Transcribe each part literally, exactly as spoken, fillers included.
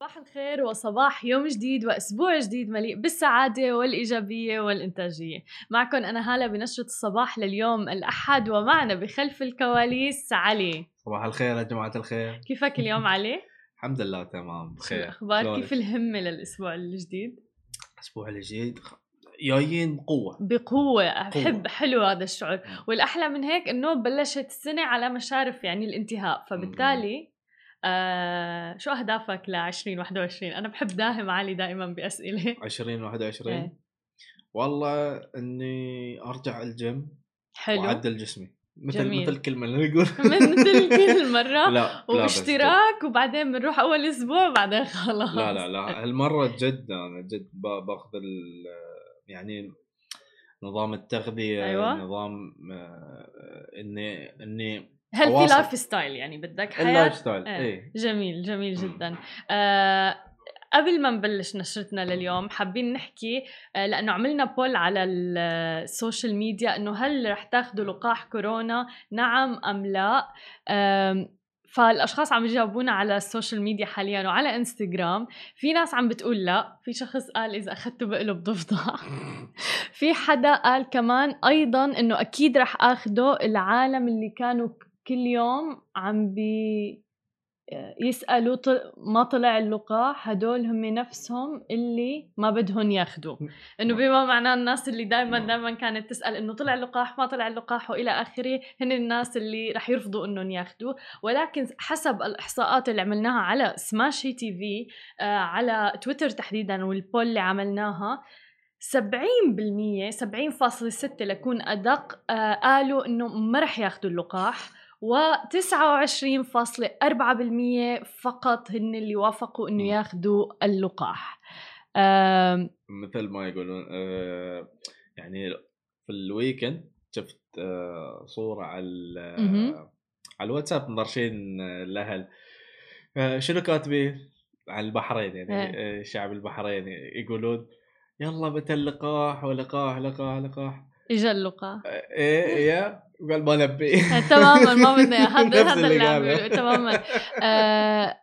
صباح الخير وصباح يوم جديد وأسبوع جديد مليء بالسعادة والإيجابية والإنتاجية. معكم أنا هالة بنشرة الصباح لليوم الأحد، ومعنا بخلف الكواليس علي. صباح الخير يا جماعة الخير. كيفك اليوم علي؟ الحمد لله تمام شو بخير. الأخبار؟ شلونك؟ كيف الهمة للأسبوع الجديد؟ الأسبوع الجديد جايين بقوة بقوة. أحب قوة. حلو هذا الشعور. مم. والأحلى من هيك إنه بلشت السنة على مشارف يعني الانتهاء، فبالتالي آه شو أهدافك ل عشرين واحد وعشرين؟ أنا بحب داهم علي دائما بأسئلة. عشرين واحد وعشرين إيه. والله إني أرجع الجيم حلو. وأعدل جسمي مثل جميل. مثل الكلمة اللي نقول مثل كل مرة. لا لا بس جد. واشتراك وبعدين بنروح أول أسبوع بعدين خلاص. لا لا لا هالمرة جد أنا جد با- باخذ ال يعني نظام التغذية. أيوة. نظام آه، إني إني هل في أواصل لايف ستايل يعني بدك حياة؟ اللايف ستايل. إيه. إيه. جميل جميل مم. جدا. آه قبل ما نبلش نشرتنا لليوم حابين نحكي، آه لأنه عملنا بول على السوشيال ميديا إنه هل رح تاخدوا لقاح كورونا نعم أم لا. آه فالأشخاص عم يجاوبونا على السوشيال ميديا حاليا وعلى انستغرام. في ناس عم بتقول لا، في شخص قال إذا أخدته بقلب ضفدع. في حدا قال كمان أيضا إنه أكيد رح أخده. العالم اللي كانوا كل يوم عم بي يسألوا طل... ما طلع اللقاح، هدول هم نفسهم اللي ما بدهم ياخدوا. إنه بما معناه الناس اللي دائما دائما كانت تسأل إنه طلع اللقاح ما طلع اللقاح وإلى آخره، هن الناس اللي رح يرفضوا إنهم ياخدوا. ولكن حسب الإحصاءات اللي عملناها على سماشي تي في، آه على تويتر تحديدا، والبول اللي عملناها، سبعين بالمية سبعين فاصلة ستة لكون أدق، آه قالوا إنه ما رح ياخدوا اللقاح، وتسعة وعشرين فاصلة أربعة بالمية فقط هن اللي وافقوا إنه ياخدوا اللقاح. مثل ما يقولون آه يعني في الويكند شفت آه صورة على آه على الواتساب منرشين الأهل، آه شنو كاتبين على البحرين يعني آه الشعب البحريني يقولون يلا متى اللقاح ولقاح لقاح لقاح إجا اللقاح. ايه يا قال ما نبي. تماما ما بدنا هذا نفس هذا اللي اللي عم قاله. بيقولوا تماما. آه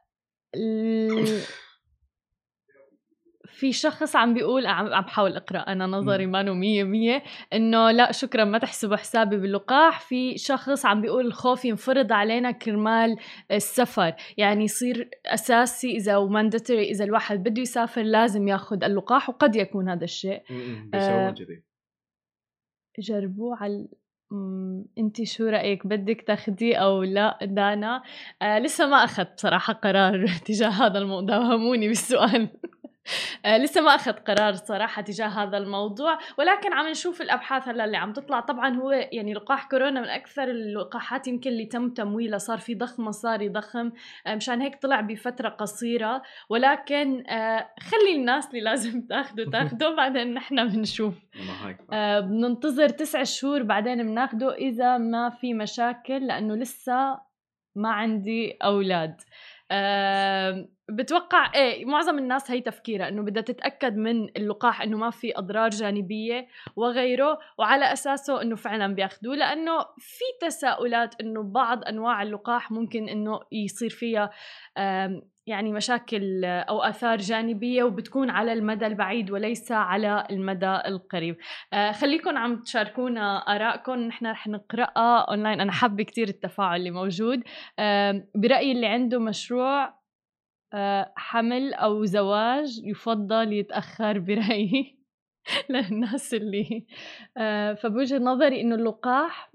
في شخص عم بيقول، عم عم بحاول اقرا انا نظري ما مية مية انه لا شكرا ما تحسبوا حسابي باللقاح. في شخص عم بيقول الخوف ينفرض علينا كرمال السفر، يعني يصير اساسي اذا ومانداتوري اذا الواحد بده يسافر لازم ياخذ اللقاح، وقد يكون هذا الشيء. بيسوون كذي. جربوه على انت شو رأيك؟ بدك تاخديه او لا دانا؟ آه لسه ما اخذت بصراحة قرار تجاه هذا الموضوع، هموني بالسؤال. آه لسه ما أخذ قرار صراحة تجاه هذا الموضوع، ولكن عم نشوف الأبحاث هلا اللي عم تطلع. طبعا هو يعني لقاح كورونا من أكثر اللقاحات يمكن اللي تم تمويلها، صار في ضخ مصاري ضخم، آه مشان هيك طلع بفترة قصيرة. ولكن آه خلي الناس اللي لازم تاخده تاخده، بعدين نحن بنشوف. آه بننتظر تسع شهور بعدين بناخده إذا ما في مشاكل، لأنه لسه ما عندي أولاد. أه بتوقع ايه معظم الناس هي تفكيرها انه بدها تتاكد من اللقاح انه ما في اضرار جانبيه وغيره، وعلى اساسه انه فعلا بياخدوه، لانه في تساؤلات انه بعض انواع اللقاح ممكن انه يصير فيها يعني مشاكل او اثار جانبيه، وبتكون على المدى البعيد وليس على المدى القريب. أه خليكم عم تشاركونا ارائكم، نحن رح نقراها اونلاين. انا حابه كتير التفاعل اللي موجود. أه برايي اللي عنده مشروع حمل أو زواج يفضل يتأخر برأيي للناس اللي فبوجه نظري إنه اللقاح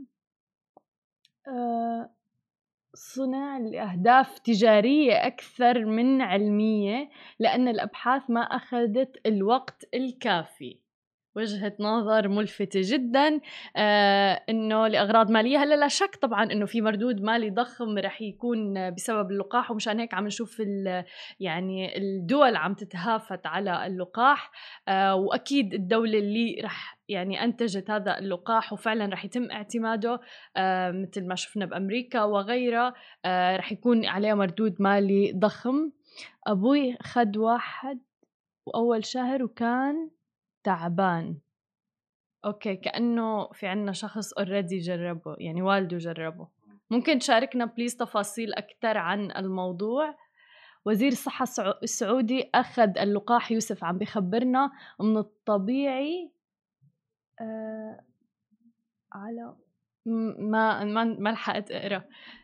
صنع لأهداف تجارية أكثر من علمية، لأن الأبحاث ما أخذت الوقت الكافي. وجهة نظر ملفتة جدا. آه إنه لأغراض مالية. هلا لا شك طبعا إنه في مردود مالي ضخم رح يكون بسبب اللقاح، ومشان هيك عم نشوف يعني الدول عم تتهافت على اللقاح. آه وأكيد الدولة اللي رح يعني أنتجت هذا اللقاح وفعلا رح يتم اعتماده، آه مثل ما شفنا بأمريكا وغيرها، آه رح يكون عليه مردود مالي ضخم. أبوي خد واحد وأول شهر وكان تعبان. أوكي، كأنه في عنا شخص already جربه، يعني والده جربه. ممكن تشاركنا بليز تفاصيل أكتر عن الموضوع؟ وزير الصحة السعودي أخذ اللقاح. يوسف عم بخبرنا من الطبيعي آه على ما ما ما لحقت اقرا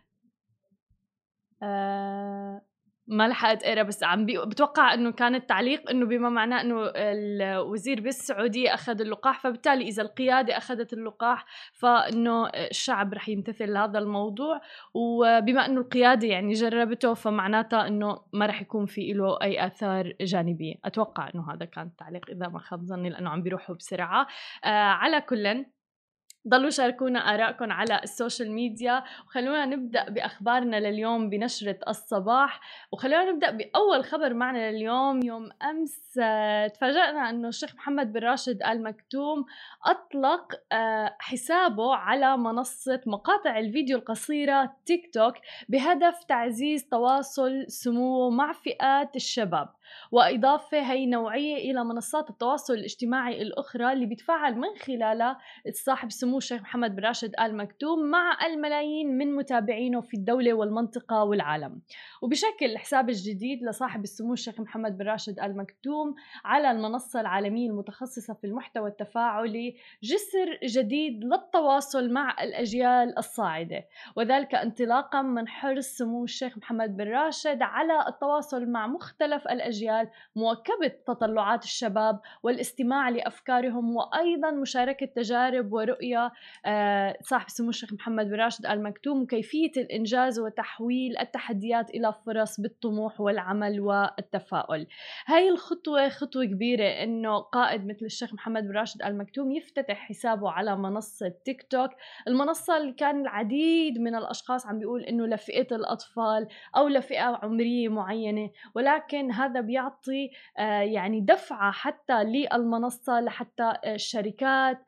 آه ما لحقت اقرا بس عم بي... بتوقع انه كان التعليق انه بما معناه انه الوزير بالسعوديه اخذ اللقاح، فبالتالي اذا القياده اخذت اللقاح فانه الشعب رح يمتثل لهذا الموضوع، وبما انه القياده يعني جربته فمعناتها انه ما رح يكون في له اي اثار جانبيه. اتوقع انه هذا كان التعليق اذا ما خاب ظني، لانه عم بيروحوا بسرعه. آه على كل، ضلوا شاركونا آراءكم على السوشيال ميديا، وخلونا نبدأ بأخبارنا لليوم بنشرة الصباح. وخلونا نبدأ بأول خبر معنا لليوم. يوم أمس تفاجأنا أنه الشيخ محمد بن راشد آل مكتوم أطلق حسابه على منصة مقاطع الفيديو القصيرة تيك توك بهدف تعزيز تواصل سموه مع فئات الشباب، وإضافة هي نوعية إلى منصات التواصل الاجتماعي الأخرى اللي بيتفاعل من خلالها صاحب سمو الشيخ محمد بن راشد آل مكتوم مع الملايين من متابعينه في الدولة والمنطقة والعالم. وبشكل الحساب الجديد لصاحب السمو الشيخ محمد بن راشد آل مكتوم على المنصة العالمية المتخصصة في المحتوى التفاعلي جسر جديد للتواصل مع الأجيال الصاعدة، وذلك انطلاقا من حرص سمو الشيخ محمد بن راشد على التواصل مع مختلف الأجيال، مواكبة تطلعات الشباب والاستماع لأفكارهم، وأيضا مشاركة تجارب ورؤية صاحب سمو الشيخ محمد بن راشد آل مكتوم وكيفية الإنجاز وتحويل التحديات إلى فرص بالطموح والعمل والتفاؤل. هاي الخطوة خطوة كبيرة إنه قائد مثل الشيخ محمد بن راشد آل مكتوم يفتتح حسابه على منصة تيك توك، المنصة اللي كان العديد من الأشخاص عم بيقول إنه لفئة الأطفال أو لفئة عمرية معينة، ولكن هذا بيعطي يعني دفعة حتى للمنصة لحتى الشركات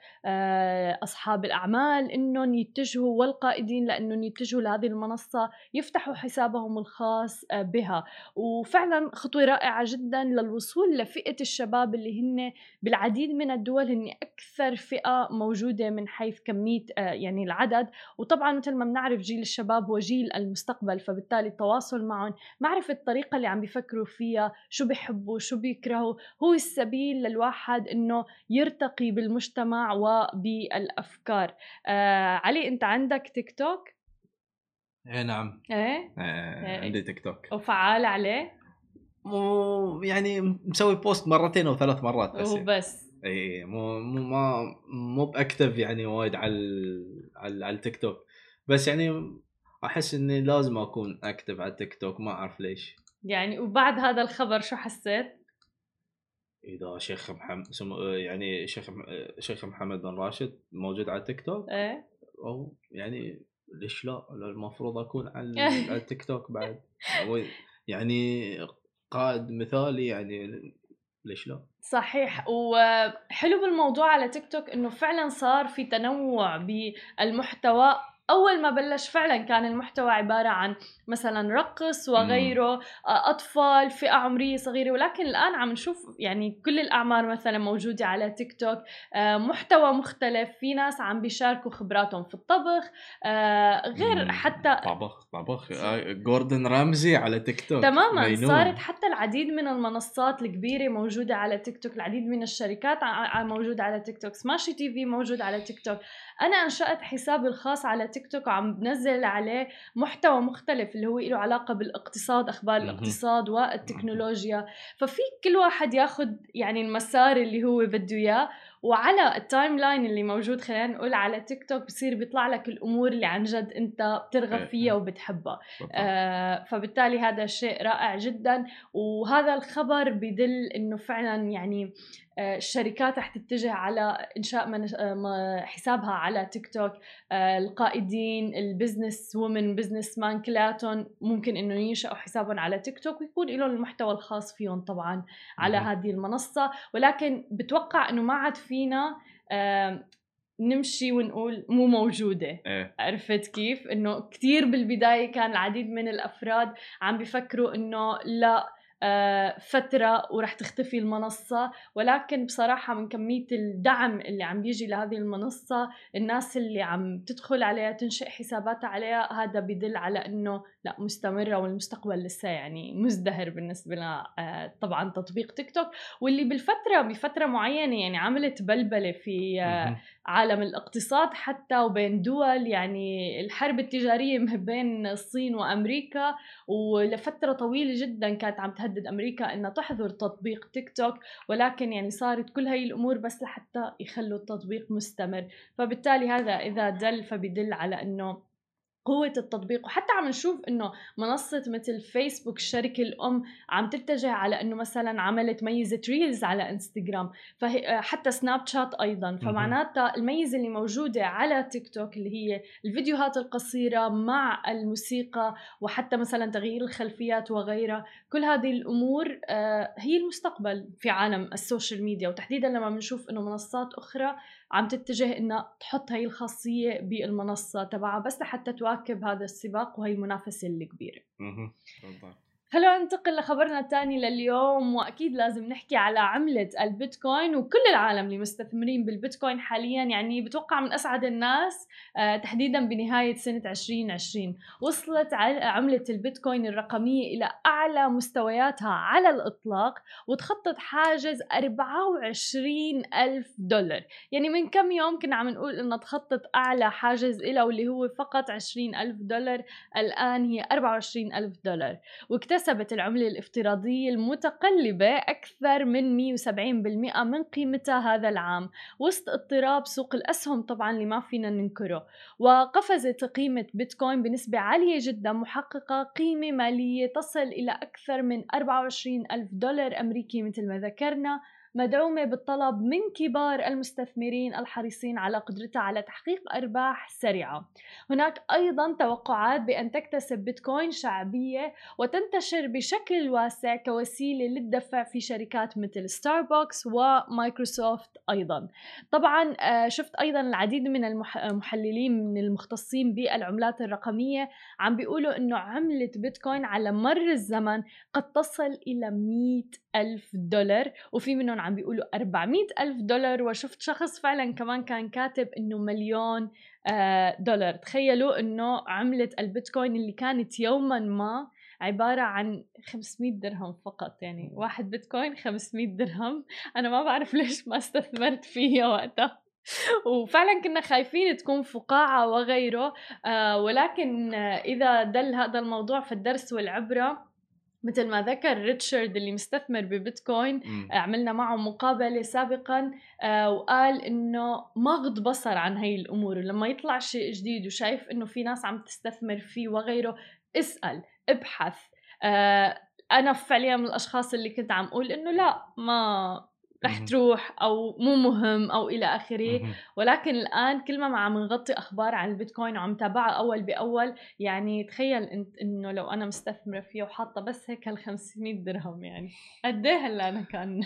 أصحاب الأعمال إنهم يتجهوا، والقائدين لأنهم يتجهوا لهذه المنصة يفتحوا حسابهم الخاص بها. وفعلا خطوة رائعة جدا للوصول لفئة الشباب اللي هن بالعديد من الدول هن أكثر فئة موجودة من حيث كمية يعني العدد. وطبعا مثل ما بنعرف جيل الشباب هو جيل المستقبل، فبالتالي التواصل معهم، معرفة الطريقة اللي عم بيفكروا فيها، شو بيحبوا شو بيكرهوا، هو السبيل للواحد إنه يرتقي بالمجتمع وبالأفكار. آه علي، أنت عندك تيك توك؟ ايه نعم. ايه آه عندي تيك توك. وفعال عليه؟ مو يعني مسوي بوست مرتين او ثلاث مرات بس. هو بس اي مو مو ما مو باكتف يعني وايد على على على التيك توك، بس يعني احس اني لازم اكون اكتف على التيك توك، ما اعرف ليش يعني. وبعد هذا الخبر شو حسيت؟ اذا شيخ محمد يعني شيخ شيخ محمد بن راشد موجود على التيك توك، ايه او يعني ليش لا؟ المفروض اكون على التيك توك بعد، يعني قائد مثالي، يعني ليش لا؟ صحيح. وحلو بالموضوع على تيك توك انه فعلا صار في تنوع بالمحتوى. اول ما بلش فعلا كان المحتوى عبارة عن مثلا رقص وغيره، اطفال، فئة عمرية صغيرة، ولكن الان عم نشوف يعني كل الاعمار مثلا موجودة على تيك توك، محتوى مختلف، في ناس عم بيشاركوا خبراتهم في الطبخ، غير مم. حتى طبخ طبخ جوردن رامزي على تيك توك تماما. مينون. صارت حتى العديد من المنصات الكبيرة موجودة على تيك توك، العديد من الشركات موجودة على تيك توك، سماشي تي في موجود على تيك توك. أنا أنشأت حسابي الخاص على تيك توك وعم بنزل عليه محتوى مختلف اللي هو له علاقة بالاقتصاد، أخبار الاقتصاد والتكنولوجيا، ففي كل واحد ياخد يعني المسار اللي هو بده إياه، وعلى التايم لاين اللي موجود خلينا نقول على تيك توك بصير بيطلع لك الأمور اللي عن جد أنت بترغب فيها وبتحبها. آه فبالتالي هذا شيء رائع جدا، وهذا الخبر بدل إنه فعلا يعني الشركات رح تتجه على إنشاء من حسابها على تيك توك. القائدين، البزنس وومن، بزنس مان، كلاتهم ممكن إنه ينشأوا حسابهم على تيك توك ويكون لهم المحتوى الخاص فيهم طبعا على هذه المنصة. ولكن بتوقع إنه ما عاد فينا نمشي ونقول مو موجودة. إيه. عرفت كيف؟ إنه كتير بالبداية كان العديد من الأفراد عم بيفكروا إنه لا، فترة ورح تختفي المنصة، ولكن بصراحة من كمية الدعم اللي عم بيجي لهذه المنصة، الناس اللي عم تدخل عليها تنشئ حساباتها عليها، هذا بيدل على إنه لا مستمرة والمستقبل لسه يعني مزدهر بالنسبة لنا. طبعا تطبيق تيك توك واللي بالفترة بفترة معينة يعني عملت بلبلة في عالم الاقتصاد حتى وبين دول، يعني الحرب التجارية بين الصين وأمريكا، ولفترة طويلة جدا كانت عم تهدد أمريكا أنها تحظر تطبيق تيك توك، ولكن يعني صارت كل هاي الأمور بس لحتى يخلوا التطبيق مستمر. فبالتالي هذا إذا دل فبيدل على أنه قوة التطبيق. وحتى عم نشوف انه منصة مثل فيسبوك الشركة الام عم تتجه على انه مثلا عملت ميزة ريلز على انستغرام، فحتى سناب شات ايضا. فمعناتها الميزة اللي موجودة على تيك توك اللي هي الفيديوهات القصيرة مع الموسيقى وحتى مثلا تغيير الخلفيات وغيرها، كل هذه الامور هي المستقبل في عالم السوشيال ميديا. وتحديدا لما بنشوف انه منصات اخرى عم تتجه انها تحط هاي الخاصية بالمنصة تبعها بس لحتى تواكب هذا السباق وهي المنافسة الكبيرة. خلونا ننتقل لخبرنا الثاني لليوم، واكيد لازم نحكي على عملة البيتكوين. وكل العالم اللي مستثمرين بالبيتكوين حاليا يعني بتوقع من اسعد الناس آه تحديدا بنهاية سنة عشرين عشرين. وصلت عملة البيتكوين الرقمية الى اعلى مستوياتها على الاطلاق وتخطت حاجز أربعة وعشرين ألف دولار. يعني من كم يوم كنا عم نقول انها تخطت اعلى حاجز إلى واللي هو فقط عشرين ألف دولار، الان هي أربعة وعشرين ألف دولار. واكتسبت العملة الافتراضية المتقلبة أكثر من مئة وسبعين بالمئة من قيمتها هذا العام وسط اضطراب سوق الأسهم طبعا اللي ما فينا ننكره. وقفزت قيمة بيتكوين بنسبة عالية جدا محققة قيمة مالية تصل إلى أكثر من أربعة وعشرين ألف دولار أمريكي مثل ما ذكرنا، مدعومة بالطلب من كبار المستثمرين الحريصين على قدرتها على تحقيق أرباح سريعة. هناك أيضا توقعات بأن تكتسب بيتكوين شعبية وتنتشر بشكل واسع كوسيلة للدفع في شركات مثل ستاربكس ومايكروسوفت أيضا. طبعا شفت أيضا العديد من المحللين من المختصين بالعملات الرقمية عم بيقولوا أنه عملة بيتكوين على مر الزمن قد تصل إلى مئة ألف دولار، وفي منهم عم بيقولوا أربعمئة ألف دولار، وشفت شخص فعلا كمان كان كاتب إنه مليون دولار. تخيلوا إنه عملة البيتكوين اللي كانت يوما ما عبارة عن خمسمئة درهم فقط، يعني واحد بيتكوين خمسمئة درهم. أنا ما بعرف ليش ما استثمرت فيها وقتها وفعلا كنا خايفين تكون فقاعة وغيره. آه ولكن إذا دل هذا الموضوع في الدرس والعبرة مثل ما ذكر ريتشارد اللي مستثمر ببيتكوين، م. عملنا معه مقابلة سابقا آه وقال إنه ما غض بصر عن هاي الأمور، ولما يطلع شيء جديد وشايف إنه في ناس عم تستثمر فيه وغيره اسأل ابحث. آه أنا فعليا من الأشخاص اللي كنت عم أقول إنه لا ما رح تروح أو مو مهم أو إلى آخره، ولكن الآن كل ما عم نغطي أخبار عن البيتكوين وعم تابعها أول بأول، يعني تخيل أنت إنه لو أنا مستثمرة فيه وحاطة بس هيك هالخمسمئة درهم، يعني قديه هلا أنا كان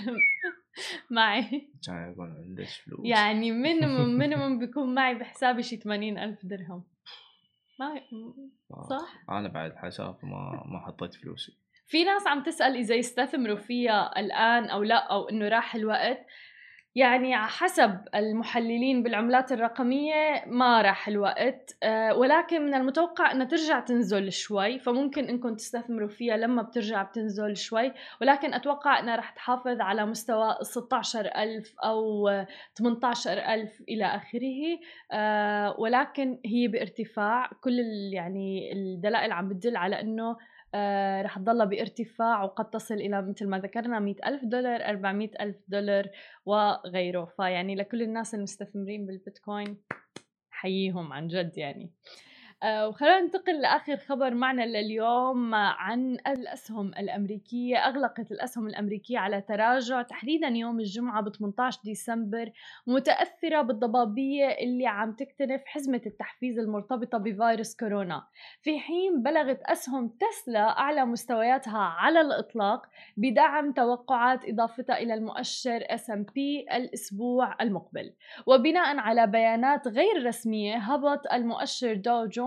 معي كان يكون عندك فلوس، يعني مينيمم مينيمم بيكون معي بحسابي شي ثمانين ألف درهم. ما صح؟ أنا بعد حساب ما ما حطيت فلوسي. في ناس عم تسأل إذا يستثمروا فيها الآن أو لا، أو إنه راح الوقت. يعني حسب المحللين بالعملات الرقمية ما راح الوقت، أه ولكن من المتوقع أنها ترجع تنزل شوي، فممكن إنكم تستثمروا فيها لما بترجع بتنزل شوي، ولكن أتوقع أنها راح تحافظ على مستوى ستة عشر ألف أو ثمانية عشر ألف إلى آخره. أه ولكن هي بارتفاع، كل يعني الدلائل عم بتدل على أنه آه رح تضل بارتفاع وقد تصل إلى مثل ما ذكرنا مئة ألف دولار أربعمئة ألف دولار وغيره. فيعني لكل الناس المستثمرين بالبيتكوين حييهم عن جد يعني. آه وخلونا ننتقل لآخر خبر معنا لليوم عن الأسهم الأمريكية. أغلقت الأسهم الأمريكية على تراجع تحديدا يوم الجمعة ب ثمانية عشر ديسمبر، متأثرة بالضبابية اللي عم تكتنف حزمة التحفيز المرتبطة بفيروس كورونا، في حين بلغت أسهم تسلا أعلى مستوياتها على الإطلاق بدعم توقعات إضافتها إلى المؤشر إس أند بي الأسبوع المقبل. وبناء على بيانات غير رسمية هبط المؤشر داو جونز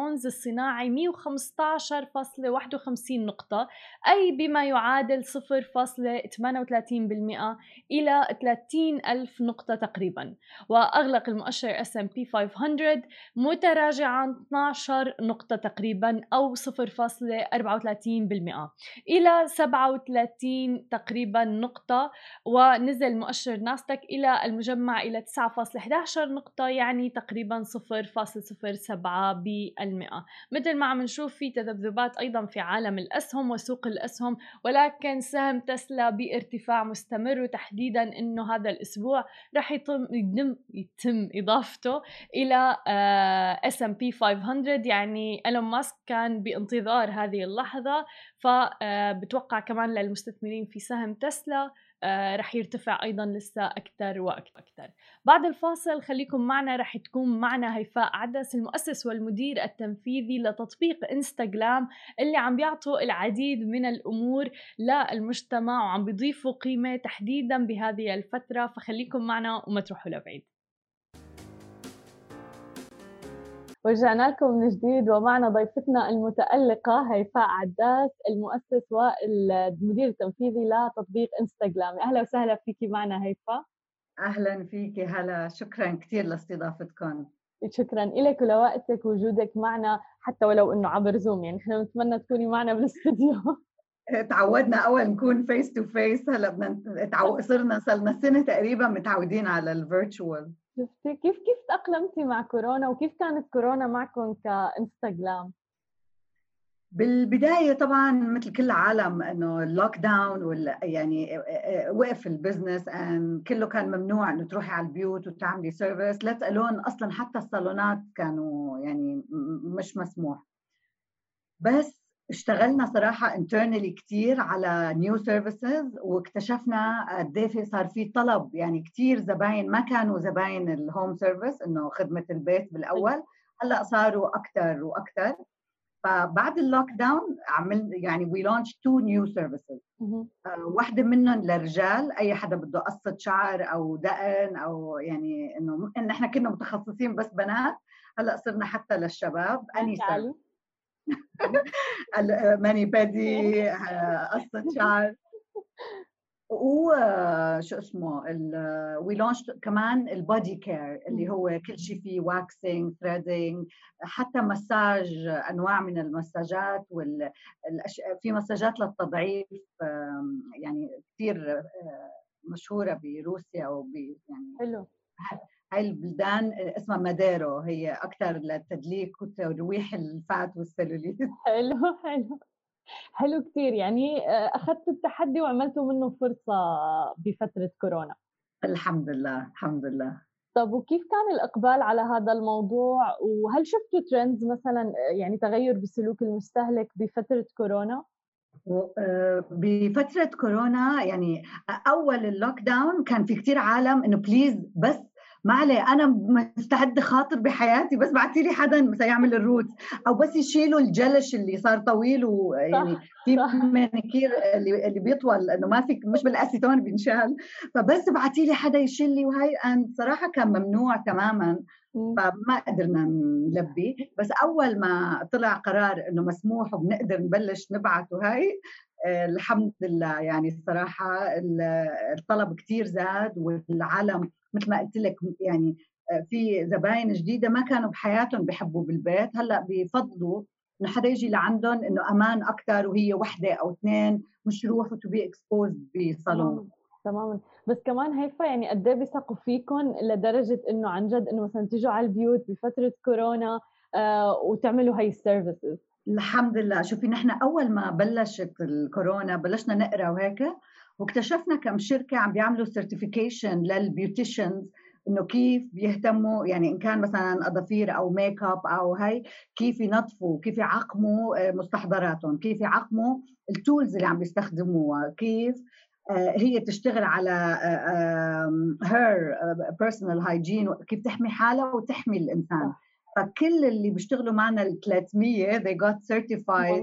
جونز الصناعي مية وخمسة عشر فاصلة واحد وخمسين نقطة، أي بما يعادل صفر فاصلة ثمانية وثلاثين بالمئة إلى ثلاثين ألف نقطة تقريباً. وأغلق المؤشر إس إند بي خمسمية متراجعاً اثنتي عشرة نقطة تقريباً أو صفر فاصلة أربعة وثلاثين بالمئة إلى سبعة وثلاثين تقريباً نقطة. ونزل مؤشر ناستك إلى المجمع إلى تسعة فاصلة إحدى عشر نقطة، يعني تقريباً صفر فاصلة صفر سبعة بالمئة. مثل ما عم نشوف في تذبذبات أيضاً في عالم الأسهم وسوق الأسهم، ولكن سهم تسلا بارتفاع مستمر، وتحديداً إنه هذا الأسبوع رح يتم يتم, يتم إضافته إلى إس إند بي خمسمية. يعني إيلون ماسك كان بانتظار هذه اللحظة، فبتوقع كمان للمستثمرين في سهم تسلا آه رح يرتفع أيضاً لسه أكثر وأكثر. بعد الفاصل خليكم معنا، رح تكون معنا هيفاء عدس المؤسس والمدير التنفيذي لتطبيق إنستغرام، اللي عم بيعطوا العديد من الأمور للمجتمع وعم بيضيفوا قيمة تحديداً بهذه الفترة. فخليكم معنا وما تروحوا لبعيد. ورجعنا لكم من جديد ومعنا ضيفتنا المتألقة هيفاء عداس المؤسس والمدير التنفيذي لتطبيق إنستغرام. أهلا وسهلا فيكي معنا هيفاء. أهلا فيكي. هلا، شكرا كثير لاستضافتكم. شكرا لك ولوقتك ووجودك معنا حتى ولو إنه عبر زوم، يعني إحنا نتمنى تكوني معنا بالاستوديو. تعودنا أول نكون فيس تو فيس، هلا بدنا تعو... صرنا صرنا سنة تقريبا متعودين على الفيرتشوال. شفتي كيف كيف تأقلمتي مع كورونا وكيف كانت كورونا معكم كإنستغرام؟ بالبداية طبعا مثل كل العالم انه اللوك داون وال يعني وقف البزنس، ان كله كان ممنوع انه تروحي على البيوت وتعملي سيرفيس، لا تقولون اصلا حتى الصالونات كانوا يعني مش مسموح. بس اشتغلنا صراحة internally كتير على new services، واكتشفنا قد ايه صار في طلب، يعني كتير زباين ما كانوا زباين الهوم سيرفيس انه خدمة البيت بالاول، هلا صاروا اكثر واكثر. فبعد اللوك داون عمل يعني we launched two new services. uh, واحدة منهم للرجال، اي حدا بده قصة شعر او دقن او يعني انه ان احنا كنا متخصصين بس بنات، هلا صرنا حتى للشباب انسه ماني بادي، قصة شعر. وشو اسمه وي لونش كمان البودي كير اللي هو كل شيء فيه واكسينج، ثريدينج، حتى مساج، انواع من المساجات وال في مساجات للتضعيف يعني كثير مشهوره بروسيا وب يعني حلو. هاي البلدان اسمها ماديرو، هي اكثر للتدليك وترويح الفات والسلوليت. حلو حلو حلو كتير. يعني أخذت التحدي وعملتوا منه فرصة بفترة كورونا. الحمد لله الحمد لله. طب وكيف كان الإقبال على هذا الموضوع، وهل شفتوا ترندز مثلا يعني تغير بسلوك المستهلك بفترة كورونا؟ بفترة كورونا يعني أول اللوك داون كان في كتير عالم إنه بليز بس ما عليه، أنا مستعد خاطر بحياتي بس بعتي لي حدا سيعمل الروت، أو بس يشيلوا الجلش اللي صار طويل، ويعني في مانيكير اللي اللي بيطول إنه ما في مش بالأسيتون بينشال، فبس بعتي لي حدا يشيل لي. وهي أنا صراحة كان ممنوع تماماً، فما قدرنا نلبي. بس أول ما طلع قرار إنه مسموح وبنقدر نبلش نبعث وهي الحمد لله، يعني الصراحة الطلب كتير زاد، والعالم مثل ما قلت لك يعني في زباين جديدة ما كانوا بحياتهم بيحبوا بالبيت، هلأ بيفضلوا إنه حدا يجي لعندهم إنه أمان أكتر، وهي وحدة أو اثنين مش يروحوا to be exposed بصالون. تماما. بس كمان هيفا يعني قد ايه بيثقوا فيكم لدرجه انه عن جد انه مثلا تيجوا على البيوت بفتره كورونا آه وتعملوا هاي السيرفيسز؟ الحمد لله. شوفي نحن اول ما بلشت الكورونا بلشنا نقرا وهيك، واكتشفنا كم شركه عم بيعملوا سيرتيفيكيشن للبيوتيشنز انه كيف بيهتموا، يعني ان كان مثلا اظافير او ميك اب او هاي، كيف ينظفوا، كيف يعقموا مستحضراتهم، كيف يعقموا التولز اللي عم بيستخدموها، كيف هي تشتغل على هير بيرسونال هايجين، كيف تحمي حالها وتحمي الانسان. فكل اللي بيشتغلوا معنا ال ثلاثمية they got certified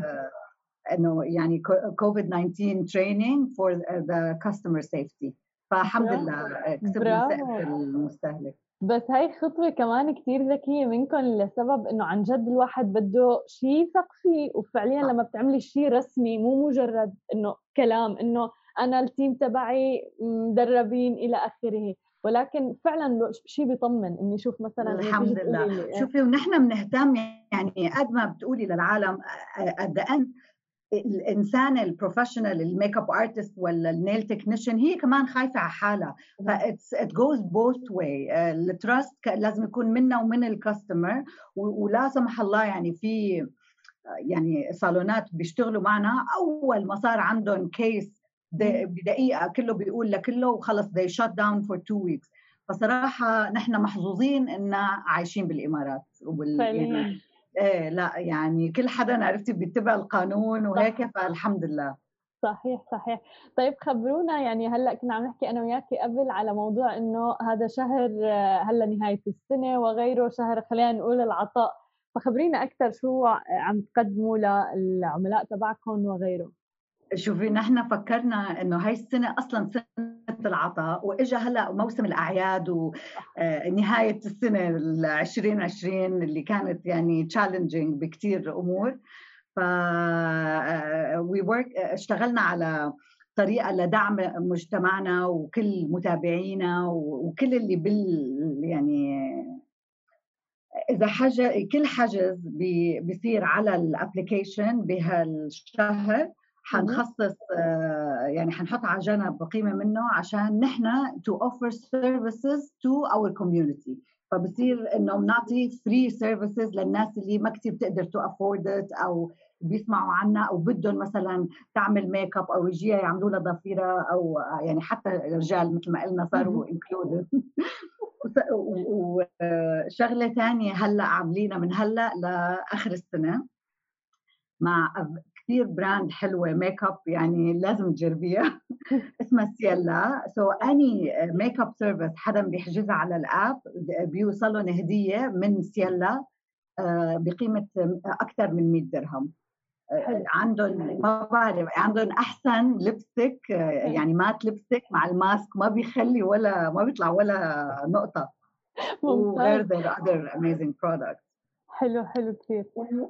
uh, انه يعني كوفيد تسعة عشر training for the customer safety. فالحمد برافو، لله كسبنا ثقة برافو. المستهلك. بس هاي خطوة كمان كتير ذكية منكم لسبب إنه عن جد الواحد بده شي يثق فيه، وفعليًا صح. لمّا بتعملي شي رسمي مو مجرد إنه كلام إنه أنا الteam تبعي مدربين إلى آخره، ولكن فعلًا له شي بيطمن إني أشوف مثلًا إنه تيجي الحمد تقولي لله. لي إيه. شوفي ونحن بنهتم يعني قد ما بتقولي للعالم at the end الإنسان الprofessional الmakeup artist والّا الnail technician هي كمان خايفة على حالها، اهم. فit's it goes both way. آآ الtrust ك لازم يكون منا ومن الcustomer و ولا سمح الله يعني في يعني صالونات بيشتغلوا معنا أول ما صار عندهم case د إمم. بدقيقة كله بيقول لكله وخلص they shut down for two weeks. فصراحة نحن محظوظين إن عايشين بالإمارات وبال يعني فعليًا. إيه لأ يعني كل حدًا عرفتِ بيتبع القانون صح. وهيك فالحمد لله. صحيح، صحيح. طيب خبرونا يعني هلأ كنا عم نحكي أنا وياكِ قبل على موضوع إنه هذا شهر هلّا نهاية السنة وغيره شهر خلّينا نقول العطاء، فخبرينا أكتر شو ع عم تقدموا للعملاء تبعكم وغيره؟ شوفي نحن فكرنا إنه هاي السنة أصلًا سنة العطاء وإجا هلأ موسم الأعياد ونهاية السنة العشرين عشرين اللي كانت يعني challenging بكتير أمور. ف we work اشتغلنا على طريقة لدعم مجتمعنا وكل متابعينا وكل اللي بال يعني إذا حج كل حجز بي بيصير على الapplication بهالشهر اهم. حنخصص آآ يعني حنحط على جنب قيمة منه عشان نحن to offer services to our community. فبصير إنه بنعطي free services للناس اللي ما كتير بتقدر to afford it أو بيسمعوا عنا أو بدهم مثلًا تعمل ميك اب أو يجيها يعملوا لها ضفيرة أو يعني حتى الرجال مثل ما قلنا صاروا اهم. included. وس و وشغلة تانية هلأ عاملينها من هلأ لآخر السنة مع أب كتير براند حلوة ميك اب يعني لازم تجربيها اسمها سيلا. so any makeup service حدا بيحجزها على الآب بيوصل لهم هدية من سيلا آآ بقيمة أكتر من مية درهم. آآ حلو. عندهم ما بعرف عندهم أحسن ليبستيك يعني مات ليبستيك مع الماسك ما بيخلي ولا ما بيطلع ولا نقطة. ممتاز. وغير their other amazing products. حلو، حلو كتير.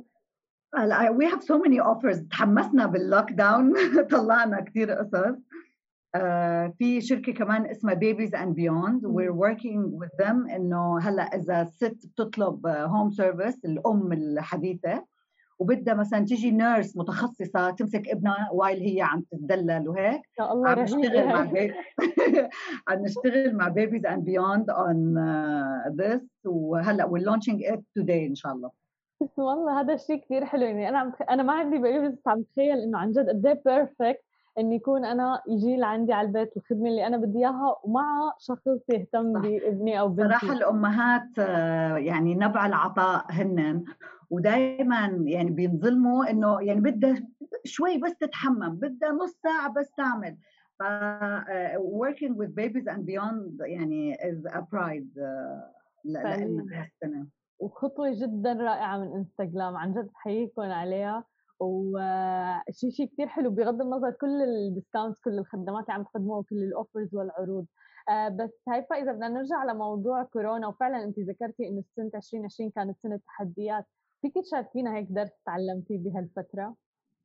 هلأ we have so many offers تحمسنا بالlock down طلعنا كتير قصص. آآ في شركة كمان اسمها Babies and Beyond we're اهم. working with them إنه هلأ إذا الست بتطلب home service الأم الحديثة وبدها مثلًا تيجي nurse متخصصة تمسك ابنها while هي عم تتدلل وهيك يا الله عم رهيبة نشتغل مع هاي. بي عم نشتغل مع Babies and Beyond on uh, this وهلأ we're launching it today إن شاء الله. اسم الله هذا الشيء كتير حلو يعني أنا عم تخ... أنا ما عندي بيبي بس عم تخيل إنه عن جد قد إيه بيرفكت إنه يكون أنا يجي لعندي على البيت الخدمة اللي أنا بدي إياها ومع شخص يهتم صح. بابني أو صراحة بنتي. الأمهات آه، يعني نبع العطاء هنن ودايما يعني بينظلموا إنه يعني بدها شوي بس تتحمم بدها نص ساعة بس تعمل. ف آه، working with babies and beyond يعني is a pride آه، ل- لنا فعليا بهالسنة. وخطوة جدا رائعة من انستغرام عن جد بحييكم عليها وشيء شيء كتير حلو بغض النظر كل الديسكاونتس كل الخدمات اللي عم تقدموها وكل الاوفرز والعروض. آه بس هيفا اذا بدنا نرجع لموضوع كورونا وفعلا انت ذكرتي انه سنة عشرين عشرين كانت سنة تحديات، فيك تشاركينا هيك درس تعلمتيه بهالفترة؟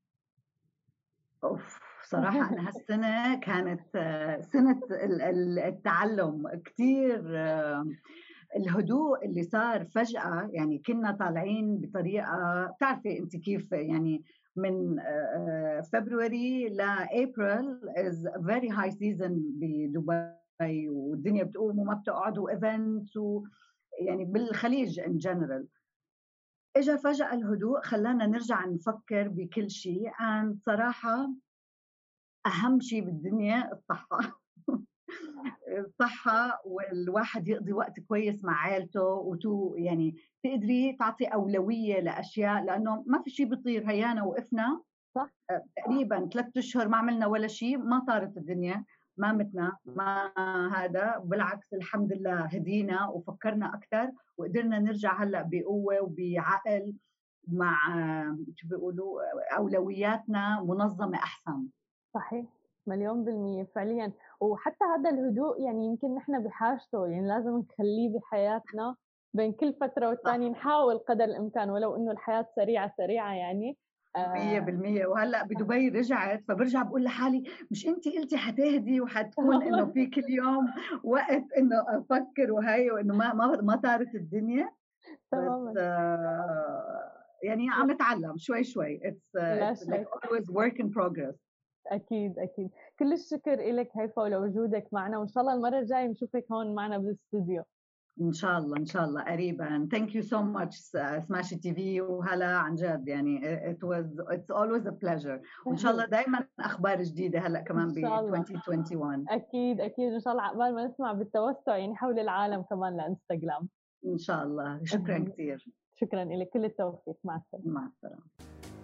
أوف صراحة أنا هالسنة كانت آه، سنة ال- ال- التعلم كتير آه، الهدوء اللي صار فجأة يعني كنا طالعين بطريقة بتعرفي أنت كيف يعني من فبراير لأبريل is a very high season بدبي والدنيا بتقوم وما بتقعد وايفنتس ويعني بالخليج in general. اجى فجأة الهدوء خلانا نرجع نفكر بكل شيء عن صراحة أهم شيء بالدنيا الصحة. الصحة والواحد يقضي وقت كويس مع عائلته وتو يعني تقدري تعطي أولوية لأشياء لأنه ما في شيء بيطير هيانا وقفنا صح. تقريبا ثلاثة أشهر ما عملنا ولا شيء ما طارت الدنيا ما متنا ما هذا بالعكس الحمد لله هدينا وفكرنا أكثر وقدرنا نرجع هلأ بقوة وبعقل مع شو بيقولوا أولوياتنا منظمة أحسن. صحيح مليون بالمية فعليا. وحتى هذا الهدوء يعني يمكن نحن بحاجته، يعني لازم نخليه بحياتنا بين كل فترة والتانية، نحاول قدر الإمكان ولو إنه الحياة سريعة سريعة يعني. مية بالمية. وهلأ بدبي رجعت، فبرجع بقول لحالي مش أنتِ قلتي حتهدي وحتكون إنه في كل يوم وقت إنه أفكر وهي، وإنه ما ما ما طارت الدنيا. بس آه يعني عم نتعلم شوي شوي. it's, uh, لا it's like شك. always work in progress. أكيد أكيد. كل الشكر إلك هيفا ولوجودك معنا، وإن شاء الله المرة الجاية نشوفك هون معنا بالاستوديو. إن شاء الله إن شاء الله قريبا. Thank you so much سماشي تي في وهلا، عن جد يعني it was it's always a pleasure. وإن شاء الله دايما أخبار جديدة هلا كمان ب twenty twenty-one. أكيد أكيد إن شاء الله عقبال ما نسمع بالتوسع يعني حول العالم كمان لإنستغرام. إن شاء الله. شكرا كثير. شكرا لك، كل التوفيق. مع السلامة. مع السلامة.